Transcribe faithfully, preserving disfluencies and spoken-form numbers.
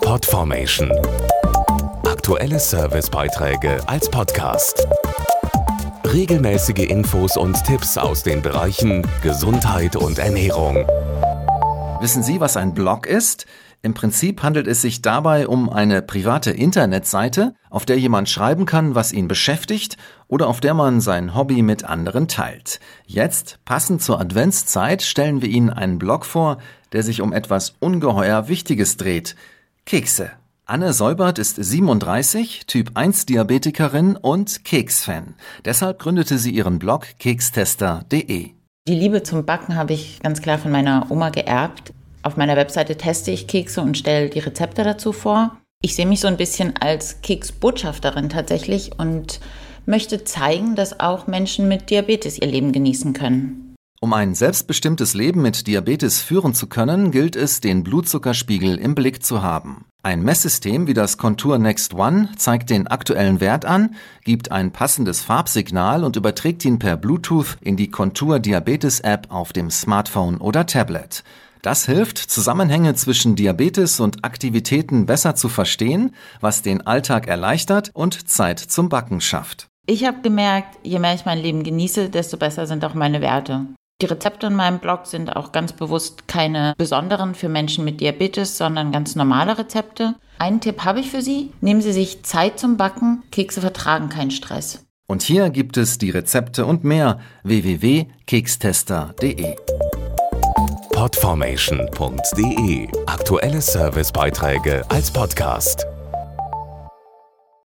Podformation. Aktuelle Servicebeiträge als Podcast. Regelmäßige Infos und Tipps aus den Bereichen Gesundheit und Ernährung. Wissen Sie, was ein Blog ist? Im Prinzip handelt es sich dabei um eine private Internetseite, auf der jemand schreiben kann, was ihn beschäftigt oder auf der man sein Hobby mit anderen teilt. Jetzt, passend zur Adventszeit, stellen wir Ihnen einen Blog vor, der sich um etwas ungeheuer Wichtiges dreht: Kekse. Anne Seubert ist siebenunddreißig, Typ eins Diabetikerin und Keksfan. Deshalb gründete sie ihren Blog kekstester punkt de. Die Liebe zum Backen habe ich ganz klar von meiner Oma geerbt. Auf meiner Webseite teste ich Kekse und stelle die Rezepte dazu vor. Ich sehe mich so ein bisschen als Keksbotschafterin tatsächlich und möchte zeigen, dass auch Menschen mit Diabetes ihr Leben genießen können. Um ein selbstbestimmtes Leben mit Diabetes führen zu können, gilt es, den Blutzuckerspiegel im Blick zu haben. Ein Messsystem wie das Contour Next One zeigt den aktuellen Wert an, gibt ein passendes Farbsignal und überträgt ihn per Bluetooth in die Contour Diabetes App auf dem Smartphone oder Tablet. Das hilft, Zusammenhänge zwischen Diabetes und Aktivitäten besser zu verstehen, was den Alltag erleichtert und Zeit zum Backen schafft. Ich habe gemerkt, je mehr ich mein Leben genieße, desto besser sind auch meine Werte. Die Rezepte in meinem Blog sind auch ganz bewusst keine besonderen für Menschen mit Diabetes, sondern ganz normale Rezepte. Einen Tipp habe ich für Sie: Nehmen Sie sich Zeit zum Backen. Kekse vertragen keinen Stress. Und hier gibt es die Rezepte und mehr. w w w punkt kekstester punkt de Podformation punkt de. Aktuelle Servicebeiträge als Podcast.